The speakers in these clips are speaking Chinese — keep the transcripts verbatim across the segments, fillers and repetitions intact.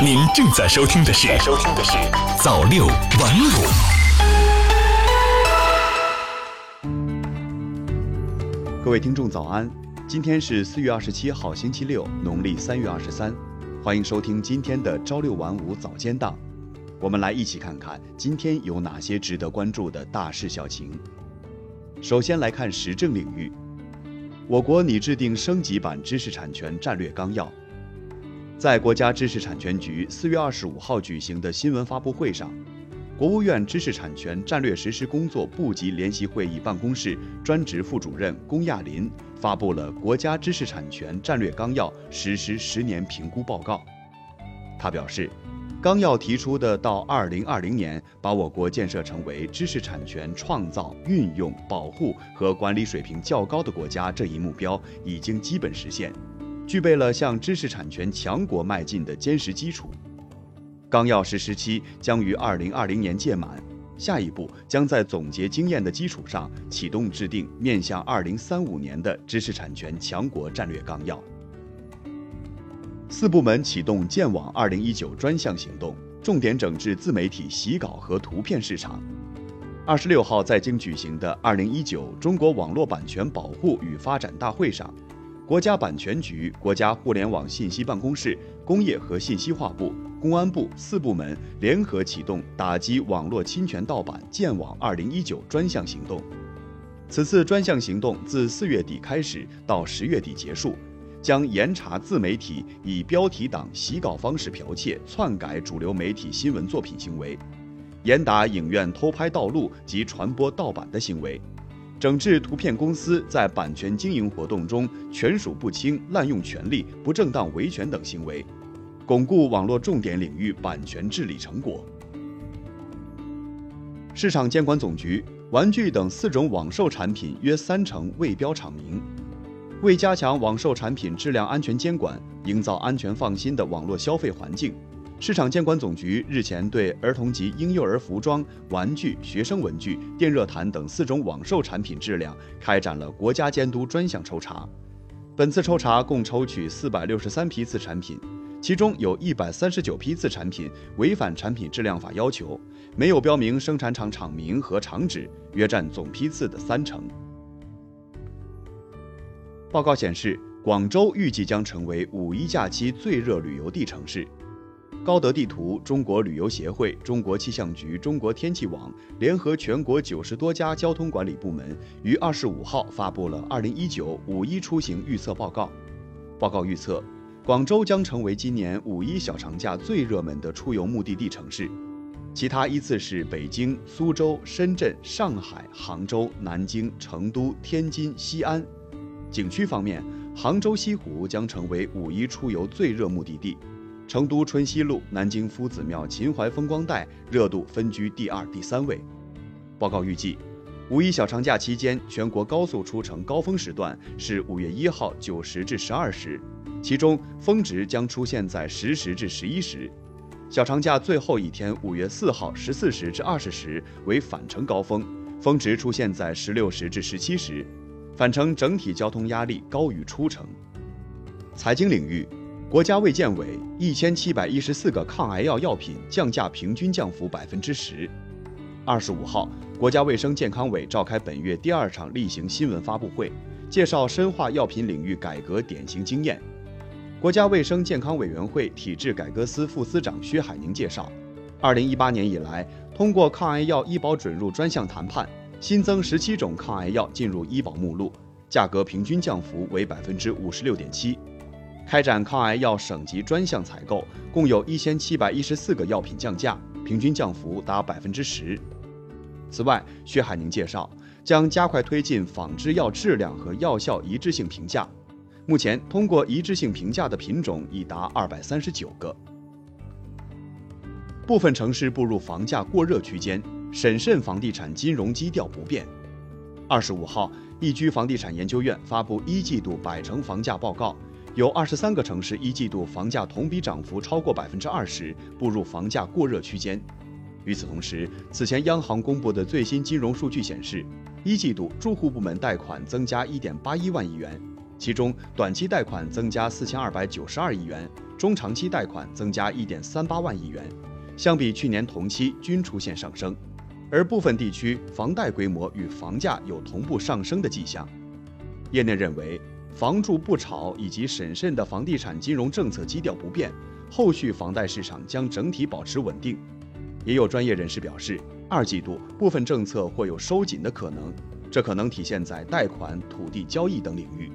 您正在收听的是收听的是早六晚五。 各位听众早安，今天是四月二十七号星期六，农历三月二十三，欢迎收听今天的朝六晚五早间档。我们来一起看看今天有哪些值得关注的大事小情。首先来看时政领域，我国拟制定升级版知识产权战略纲要。在国家知识产权局四月二十五号举行的新闻发布会上，国务院知识产权战略实施工作部级联席会议办公室专职副主任龚亚林发布了国家知识产权战略纲要实施十年评估报告。他表示，纲要提出的到二零二零年把我国建设成为知识产权创造、运用、保护和管理水平较高的国家这一目标已经基本实现，具备了向知识产权强国迈进的坚实基础。纲要实施期将于二零二零年届满，下一步将在总结经验的基础上启动制定面向二零三五年的知识产权强国战略纲要。四部门启动建网二零一九专项行动，重点整治自媒体洗稿和图片市场。二十六号在京举行的二零一九中国网络版权保护与发展大会上，国家版权局、国家互联网信息办公室、工业和信息化部、公安部四部门联合启动打击网络侵权盗版建网二零一九专项行动。此次专项行动自四月底开始到十月底结束，将严查自媒体以标题党洗稿方式剽窃、篡改主流媒体新闻作品行为，严打影院偷拍盗录及传播盗版的行为，整治图片公司在版权经营活动中权属不清、滥用权力、不正当维权等行为，巩固网络重点领域版权治理成果。市场监管总局玩具等四种网售产品约三成未标厂名。为加强网售产品质量安全监管，营造安全放心的网络消费环境，市场监管总局日前对儿童及婴幼儿服装、玩具、学生文具、电热毯等四种网售产品质量开展了国家监督专项抽查。本次抽查共抽取四百六十三批次产品，其中有一百三十九批次产品违反产品质量法要求，没有标明生产厂厂名和厂址，约占总批次的三成。报告显示，广州预计将成为五一假期最热旅游地城市。高德地图、中国旅游协会、中国气象局、中国天气网联合全国九十多家交通管理部门于二十五号发布了二零一九五一出行预测报告。报告预测，广州将成为今年五一小长假最热门的出游目的地城市，其他依次是北京、苏州、深圳、上海、杭州、南京、成都、天津、西安。景区方面，杭州西湖将成为五一出游最热目的地，成都春熙路、南京夫子庙、秦淮风光带热度分居第二、第三位。报告预计，五一小长假期间，全国高速出城高峰时段是五月一号九时至十二时，其中峰值将出现在十时至十一时。小长假最后一天五月四号十四时至二十时为返程高峰，峰值出现在十六时至十七时。返程整体交通压力高于出城。财经领域，国家卫健委一千七百一十四个抗癌药药品降价平均降幅百分之十。二十五号，国家卫生健康委召开本月第二场例行新闻发布会，介绍深化药品领域改革典型经验。国家卫生健康委员会体制改革司副司长薛海宁介绍，二零一八年以来，通过抗癌药医保准入专项谈判，新增十七种抗癌药进入医保目录，价格平均降幅为百分之五十六点七。开展抗癌药省级专项采购，共有一千七百一十四个药品降价，平均降幅达百分之十。此外，薛海宁介绍，将加快推进仿制药质量和药效一致性评价。目前，通过一致性评价的品种已达二百三十九个。部分城市步入房价过热区间，审慎房地产金融基调不变。二十五号，易居房地产研究院发布一季度百城房价报告，有二十三个城市一季度房价同比涨幅超过百分之二十，步入房价过热区间。与此同时，此前央行公布的最新金融数据显示，一季度住户部门贷款增加一点八一万亿元， 其中短期贷款增加四千二百九十二亿元，中长期贷款增加一点三八万亿元，相比去年同期均出现上升。而部分地区房贷规模与房价有同步上升的迹象。业内认为，房住不炒以及审慎的房地产金融政策基调不变，后续房贷市场将整体保持稳定。也有专业人士表示，二季度部分政策或有收紧的可能，这可能体现在贷款、土地交易等领域。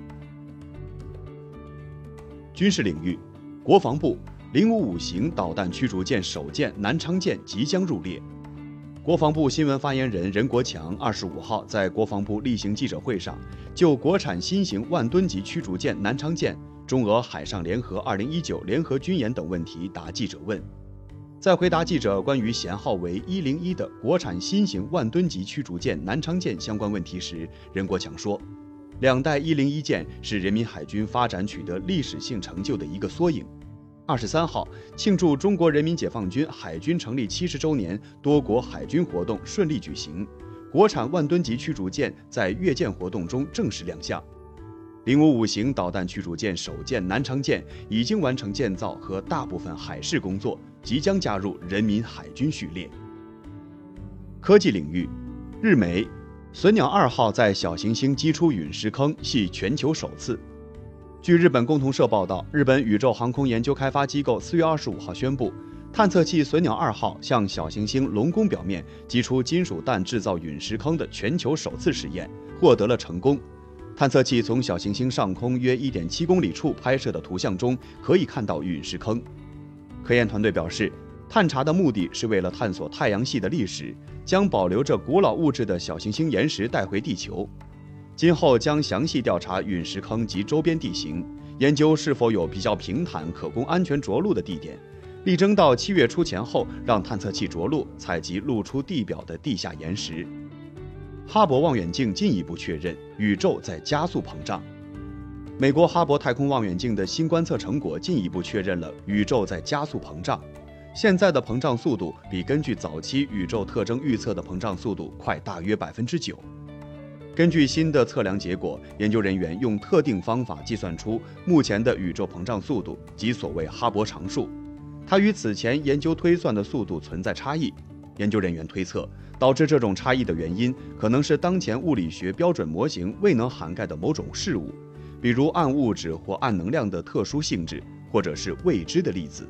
军事领域，国防部零五五型导弹驱逐舰首舰南昌舰即将入列。国防部新闻发言人任国强二十五号在国防部例行记者会上，就国产新型万吨级驱逐舰南昌舰、中俄海上联合二零一九联合军演等问题答记者问。在回答记者关于舷号为一零一的国产新型万吨级驱逐舰南昌舰相关问题时，任国强说，两代一零一舰是人民海军发展取得历史性成就的一个缩影。二十三号，庆祝中国人民解放军海军成立七十周年多国海军活动顺利举行，国产万吨级驱逐舰在阅舰活动中正式亮相。零五五型导弹驱逐舰首舰南昌舰已经完成建造和大部分海试工作，即将加入人民海军序列。科技领域，日媒隼鸟二号在小行星击出陨石坑，系全球首次。据日本共同社报道，日本宇宙航空研究开发机构四月二十五号宣布，探测器隼鸟二号向小行星龙宫表面击出金属弹制造陨石坑的全球首次实验获得了成功。探测器从小行星上空约 一点七公里处拍摄的图像中可以看到陨石坑。科研团队表示，探查的目的是为了探索太阳系的历史，将保留着古老物质的小行星岩石带回地球。今后将详细调查陨石坑及周边地形，研究是否有比较平坦可供安全着陆的地点，力争到七月初前后让探测器着陆，采集露出地表的地下岩石。哈勃望远镜进一步确认宇宙在加速膨胀。美国哈勃太空望远镜的新观测成果进一步确认了宇宙在加速膨胀。现在的膨胀速度比根据早期宇宙特征预测的膨胀速度快大约百分之九。根据新的测量结果，研究人员用特定方法计算出目前的宇宙膨胀速度，即所谓哈勃常数。它与此前研究推算的速度存在差异。研究人员推测，导致这种差异的原因可能是当前物理学标准模型未能涵盖的某种事物，比如暗物质或暗能量的特殊性质，或者是未知的粒子。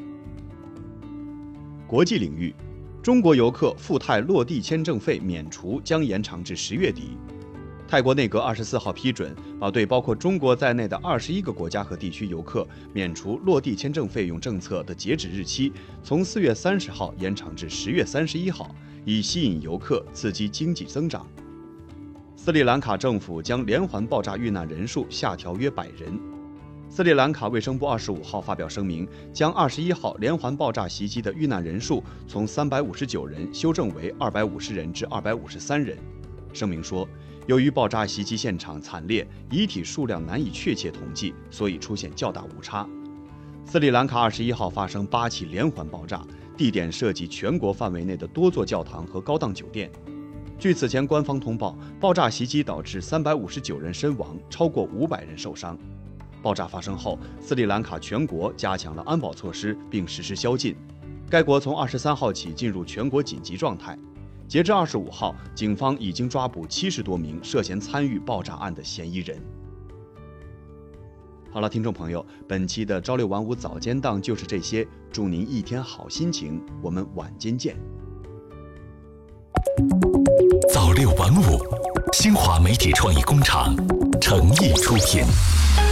国际领域，中国游客赴泰落地签证费免除将延长至十月底。泰国内阁二十四号批准，把对包括中国在内的二十一个国家和地区游客免除落地签证费用政策的截止日期从四月三十号延长至十月三十一号，以吸引游客，刺激经济增长。斯里兰卡政府将连环爆炸遇难人数下调约百人。斯里兰卡卫生部二十五号发表声明，将二十一号连环爆炸袭击的遇难人数从三百五十九人修正为二百五十人至二百五十三人。声明说，由于爆炸袭击现场惨烈，遗体数量难以确切统计，所以出现较大误差。斯里兰卡二十一号发生八起连环爆炸，地点涉及全国范围内的多座教堂和高档酒店。据此前官方通报，爆炸袭击导致三百五十九人身亡，超过五百人受伤。爆炸发生后，斯里兰卡全国加强了安保措施，并实施宵禁。该国从二十三号起进入全国紧急状态。截至二十五号，警方已经抓捕七十多名涉嫌参与爆炸案的嫌疑人。好了，听众朋友，本期的朝六晚五早间档就是这些，祝您一天好心情，我们晚间见。 早六晚五，新华媒体创意工厂诚意出品。